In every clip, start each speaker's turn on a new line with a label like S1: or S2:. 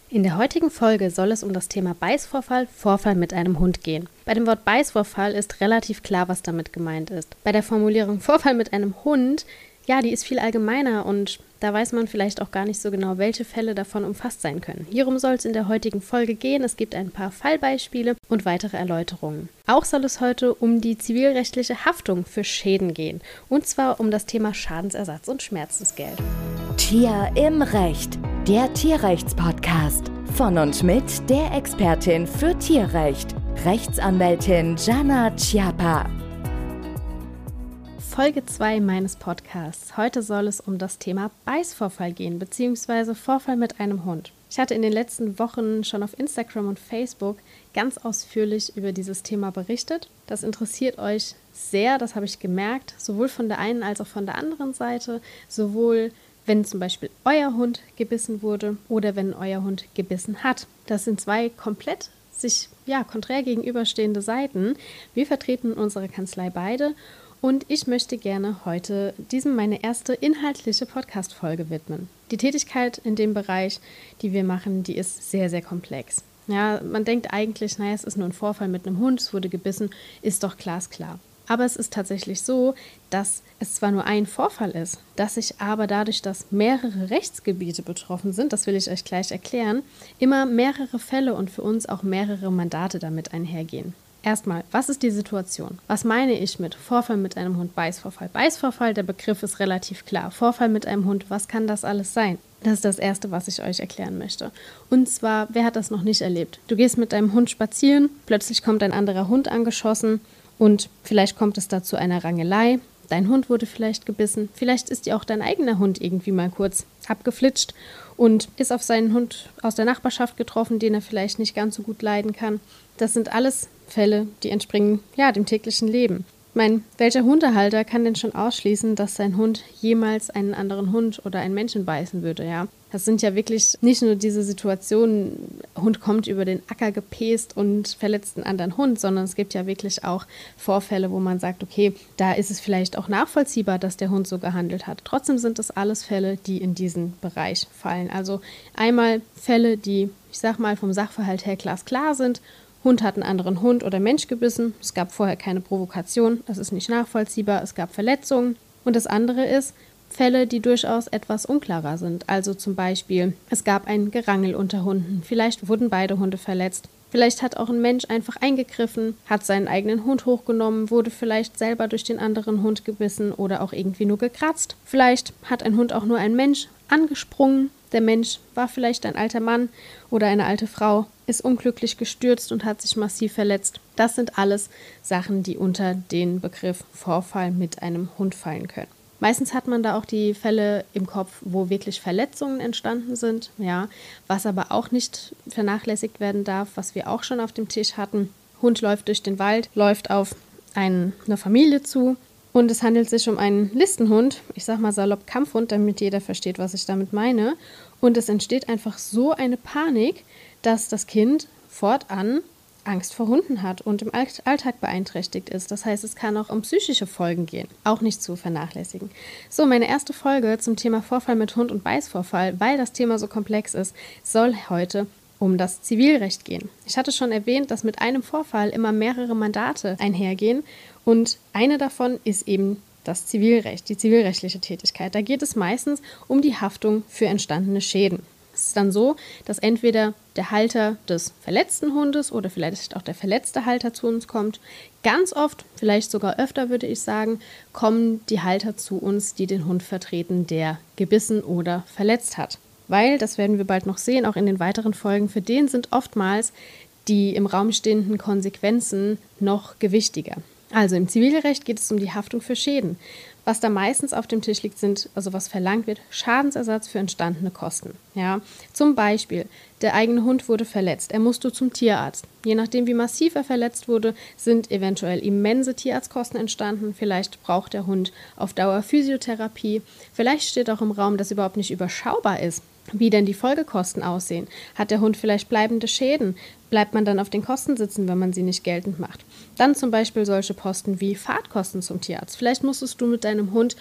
S1: In der heutigen Folge soll es um das Thema Beißvorfall, Vorfall mit einem Hund gehen. Bei dem Wort Beißvorfall ist relativ klar, was damit gemeint ist. Bei der Formulierung Vorfall mit einem Hund, ja, die ist viel allgemeiner und da weiß man vielleicht auch gar nicht so genau, welche Fälle davon umfasst sein können. Hierum soll es in der heutigen Folge gehen. Es gibt ein paar Fallbeispiele und weitere Erläuterungen. Auch soll es heute um die zivilrechtliche Haftung für Schäden gehen. Und zwar um das Thema Schadensersatz und Schmerzensgeld.
S2: Tier im Recht, der Tierrechtspodcast. Von und mit der Expertin für Tierrecht, Rechtsanwältin Jana Chiappa.
S1: Folge 2 meines Podcasts. Heute soll es um das Thema Beißvorfall gehen, beziehungsweise Vorfall mit einem Hund. Ich hatte in den letzten Wochen schon auf Instagram und Facebook ganz ausführlich über dieses Thema berichtet. Das interessiert euch sehr, das habe ich gemerkt, sowohl von der einen als auch von der anderen Seite, sowohl wenn zum Beispiel euer Hund gebissen wurde oder wenn euer Hund gebissen hat. Das sind zwei komplett sich konträr gegenüberstehende Seiten. Wir vertreten in unserer Kanzlei beide und ich möchte gerne heute diesem meine erste inhaltliche Podcast-Folge widmen. Die Tätigkeit in dem Bereich, die wir machen, die ist sehr, sehr komplex. Ja, man denkt eigentlich, es ist nur ein Vorfall mit einem Hund, es wurde gebissen, ist doch glasklar. Aber es ist tatsächlich so, dass es zwar nur ein Vorfall ist, dass sich aber dadurch, dass mehrere Rechtsgebiete betroffen sind, das will ich euch gleich erklären, immer mehrere Fälle und für uns auch mehrere Mandate damit einhergehen. Erstmal, was ist die Situation? Was meine ich mit Vorfall mit einem Hund, Beißvorfall? Beißvorfall, der Begriff ist relativ klar. Vorfall mit einem Hund, was kann das alles sein? Das ist das Erste, was ich euch erklären möchte. Und zwar, wer hat das noch nicht erlebt? Du gehst mit deinem Hund spazieren, plötzlich kommt ein anderer Hund angeschossen und vielleicht kommt es da zu einer Rangelei. Dein Hund wurde vielleicht gebissen, vielleicht ist dir auch dein eigener Hund irgendwie mal kurz abgeflitscht und ist auf seinen Hund aus der Nachbarschaft getroffen, den er vielleicht nicht ganz so gut leiden kann. Das sind alles Fälle, die entspringen dem täglichen Leben. Ich meine, welcher Hundehalter kann denn schon ausschließen, dass sein Hund jemals einen anderen Hund oder einen Menschen beißen würde, ja? Das sind ja wirklich nicht nur diese Situationen, Hund kommt über den Acker gepäst und verletzt einen anderen Hund, sondern es gibt ja wirklich auch Vorfälle, wo man sagt, okay, da ist es vielleicht auch nachvollziehbar, dass der Hund so gehandelt hat. Trotzdem sind das alles Fälle, die in diesen Bereich fallen. Also einmal Fälle, die, ich sag mal, vom Sachverhalt her glasklar sind. Hund hat einen anderen Hund oder Mensch gebissen, es gab vorher keine Provokation, das ist nicht nachvollziehbar, es gab Verletzungen. Und das andere ist Fälle, die durchaus etwas unklarer sind. Also zum Beispiel, es gab ein Gerangel unter Hunden, vielleicht wurden beide Hunde verletzt. Vielleicht hat auch ein Mensch einfach eingegriffen, hat seinen eigenen Hund hochgenommen, wurde vielleicht selber durch den anderen Hund gebissen oder auch irgendwie nur gekratzt. Vielleicht hat ein Hund auch nur einen Mensch angesprungen. Der Mensch war vielleicht ein alter Mann oder eine alte Frau, ist unglücklich gestürzt und hat sich massiv verletzt. Das sind alles Sachen, die unter den Begriff Vorfall mit einem Hund fallen können. Meistens hat man da auch die Fälle im Kopf, wo wirklich Verletzungen entstanden sind, was aber auch nicht vernachlässigt werden darf, was wir auch schon auf dem Tisch hatten. Hund läuft durch den Wald, läuft auf eine Familie zu und es handelt sich um einen Listenhund, ich sag mal salopp Kampfhund, damit jeder versteht, was ich damit meine. Und es entsteht einfach so eine Panik, dass das Kind fortan Angst vor Hunden hat und im Alltag beeinträchtigt ist. Das heißt, es kann auch um psychische Folgen gehen, auch nicht zu vernachlässigen. So, meine erste Folge zum Thema Vorfall mit Hund und Beißvorfall, weil das Thema so komplex ist, soll heute um das Zivilrecht gehen. Ich hatte schon erwähnt, dass mit einem Vorfall immer mehrere Mandate einhergehen und eine davon ist eben das Zivilrecht, die zivilrechtliche Tätigkeit. Da geht es meistens um die Haftung für entstandene Schäden. Es ist dann so, dass entweder der Halter des verletzten Hundes oder vielleicht auch der verletzte Halter zu uns kommt. Ganz oft, vielleicht sogar öfter würde ich sagen, kommen die Halter zu uns, die den Hund vertreten, der gebissen oder verletzt hat. Weil, das werden wir bald noch sehen, auch in den weiteren Folgen, für den sind oftmals die im Raum stehenden Konsequenzen noch gewichtiger. Also im Zivilrecht geht es um die Haftung für Schäden. Was da meistens auf dem Tisch liegt, was verlangt wird, Schadensersatz für entstandene Kosten. Ja, zum Beispiel, der eigene Hund wurde verletzt, er musste zum Tierarzt. Je nachdem, wie massiv er verletzt wurde, sind eventuell immense Tierarztkosten entstanden. Vielleicht braucht der Hund auf Dauer Physiotherapie. Vielleicht steht auch im Raum, dass überhaupt nicht überschaubar ist, wie denn die Folgekosten aussehen. Hat der Hund vielleicht bleibende Schäden? Bleibt man dann auf den Kosten sitzen, wenn man sie nicht geltend macht? Dann zum Beispiel solche Posten wie Fahrtkosten zum Tierarzt. Vielleicht musstest du mit deinem Hund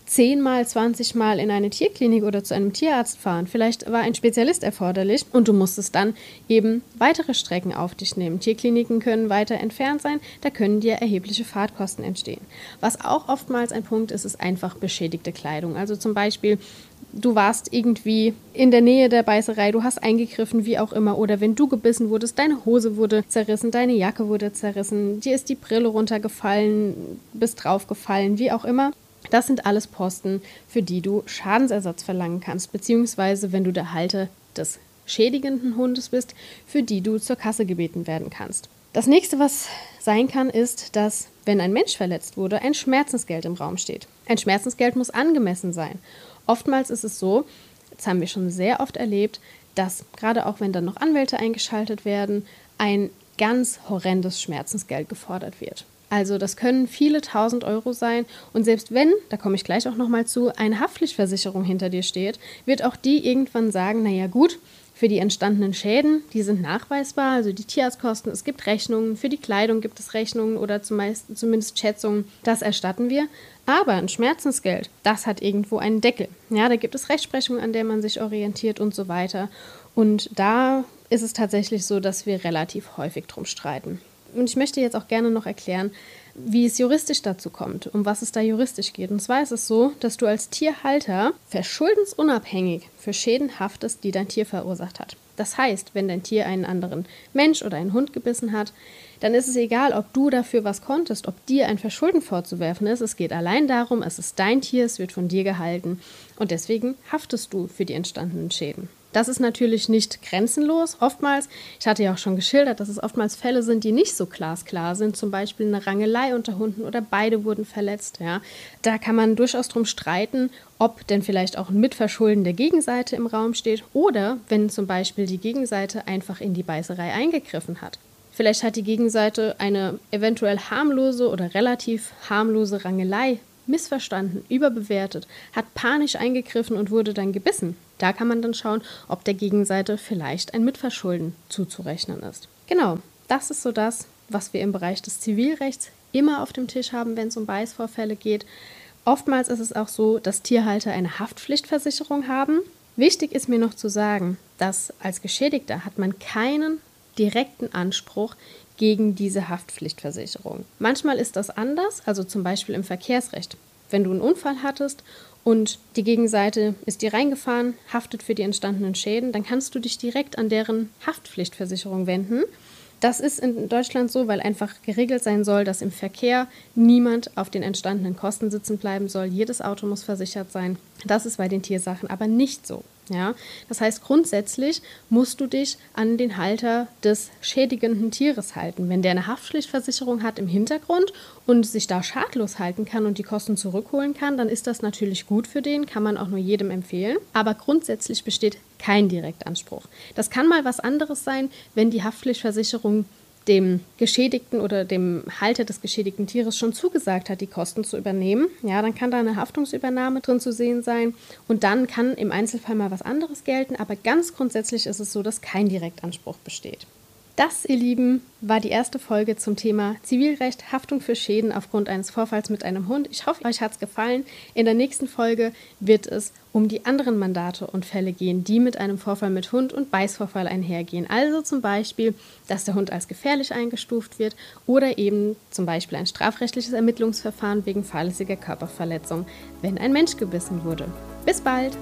S1: 10-mal, 20-mal in eine Tierklinik oder zu einem Tierarzt fahren. Vielleicht war ein Spezialist erforderlich und du musstest dann eben weitere Strecken auf dich nehmen. Tierkliniken können weiter entfernt sein, da können dir erhebliche Fahrtkosten entstehen. Was auch oftmals ein Punkt ist, ist einfach beschädigte Kleidung. Also zum Beispiel, du warst irgendwie in der Nähe der Beißerei, du hast eingegriffen, wie auch immer, oder wenn du gebissen wurdest, deine Hose wurde zerrissen, deine Jacke wurde zerrissen, dir ist die Brille runtergefallen, bist draufgefallen, wie auch immer. Das sind alles Posten, für die du Schadensersatz verlangen kannst, beziehungsweise wenn du der Halter des schädigenden Hundes bist, für die du zur Kasse gebeten werden kannst. Das nächste, was sein kann, ist, dass, wenn ein Mensch verletzt wurde, ein Schmerzensgeld im Raum steht. Ein Schmerzensgeld muss angemessen sein. Oftmals ist es so, das haben wir schon sehr oft erlebt, dass, gerade auch wenn dann noch Anwälte eingeschaltet werden, ein ganz horrendes Schmerzensgeld gefordert wird. Also das können viele 1.000 Euro sein und selbst wenn, da komme ich gleich auch nochmal zu, eine Haftpflichtversicherung hinter dir steht, wird auch die irgendwann sagen, naja gut, für die entstandenen Schäden, die sind nachweisbar, also die Tierarztkosten, es gibt Rechnungen, für die Kleidung gibt es Rechnungen oder zumindest Schätzungen, das erstatten wir. Aber ein Schmerzensgeld, das hat irgendwo einen Deckel. Ja, da gibt es Rechtsprechung, an der man sich orientiert und so weiter. Und da ist es tatsächlich so, dass wir relativ häufig drum streiten. Und ich möchte jetzt auch gerne noch erklären, wie es juristisch dazu kommt, um was es da juristisch geht. Und zwar ist es so, dass du als Tierhalter verschuldensunabhängig für Schäden haftest, die dein Tier verursacht hat. Das heißt, wenn dein Tier einen anderen Mensch oder einen Hund gebissen hat, dann ist es egal, ob du dafür was konntest, ob dir ein Verschulden vorzuwerfen ist. Es geht allein darum, es ist dein Tier, es wird von dir gehalten und deswegen haftest du für die entstandenen Schäden. Das ist natürlich nicht grenzenlos. Oftmals, ich hatte ja auch schon geschildert, dass es oftmals Fälle sind, die nicht so glasklar sind. Zum Beispiel eine Rangelei unter Hunden oder beide wurden verletzt. Ja. Da kann man durchaus drum streiten, ob denn vielleicht auch ein Mitverschulden der Gegenseite im Raum steht oder wenn zum Beispiel die Gegenseite einfach in die Beißerei eingegriffen hat. Vielleicht hat die Gegenseite eine eventuell harmlose oder relativ harmlose Rangelei missverstanden, überbewertet, hat panisch eingegriffen und wurde dann gebissen. Da kann man dann schauen, ob der Gegenseite vielleicht ein Mitverschulden zuzurechnen ist. Genau, das ist so das, was wir im Bereich des Zivilrechts immer auf dem Tisch haben, wenn es um Beißvorfälle geht. Oftmals ist es auch so, dass Tierhalter eine Haftpflichtversicherung haben. Wichtig ist mir noch zu sagen, dass als Geschädigter hat man keinen direkten Anspruch gegen diese Haftpflichtversicherung. Manchmal ist das anders, also zum Beispiel im Verkehrsrecht. Wenn du einen Unfall hattest und die Gegenseite ist dir reingefahren, haftet für die entstandenen Schäden, dann kannst du dich direkt an deren Haftpflichtversicherung wenden. Das ist in Deutschland so, weil einfach geregelt sein soll, dass im Verkehr niemand auf den entstandenen Kosten sitzen bleiben soll. Jedes Auto muss versichert sein. Das ist bei den Tiersachen aber nicht so. Ja? Das heißt, grundsätzlich musst du dich an den Halter des schädigenden Tieres halten. Wenn der eine Haftpflichtversicherung hat im Hintergrund und sich da schadlos halten kann und die Kosten zurückholen kann, dann ist das natürlich gut für den, kann man auch nur jedem empfehlen. Aber grundsätzlich besteht kein Direktanspruch. Das kann mal was anderes sein, wenn die Haftpflichtversicherung dem Geschädigten oder dem Halter des geschädigten Tieres schon zugesagt hat, die Kosten zu übernehmen. Ja, dann kann da eine Haftungsübernahme drin zu sehen sein und dann kann im Einzelfall mal was anderes gelten, aber ganz grundsätzlich ist es so, dass kein Direktanspruch besteht. Das, ihr Lieben, war die erste Folge zum Thema Zivilrecht, Haftung für Schäden aufgrund eines Vorfalls mit einem Hund. Ich hoffe, euch hat es gefallen. In der nächsten Folge wird es um die anderen Mandate und Fälle gehen, die mit einem Vorfall mit Hund und Beißvorfall einhergehen. Also zum Beispiel, dass der Hund als gefährlich eingestuft wird oder eben zum Beispiel ein strafrechtliches Ermittlungsverfahren wegen fahrlässiger Körperverletzung, wenn ein Mensch gebissen wurde. Bis bald!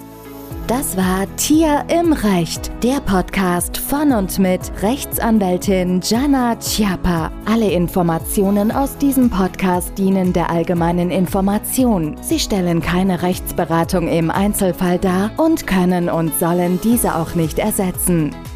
S2: Das war Tier im Recht, der Podcast von und mit Rechtsanwältin Jana Schiappa. Alle Informationen aus diesem Podcast dienen der allgemeinen Information. Sie stellen keine Rechtsberatung im Einzelfall dar und können und sollen diese auch nicht ersetzen.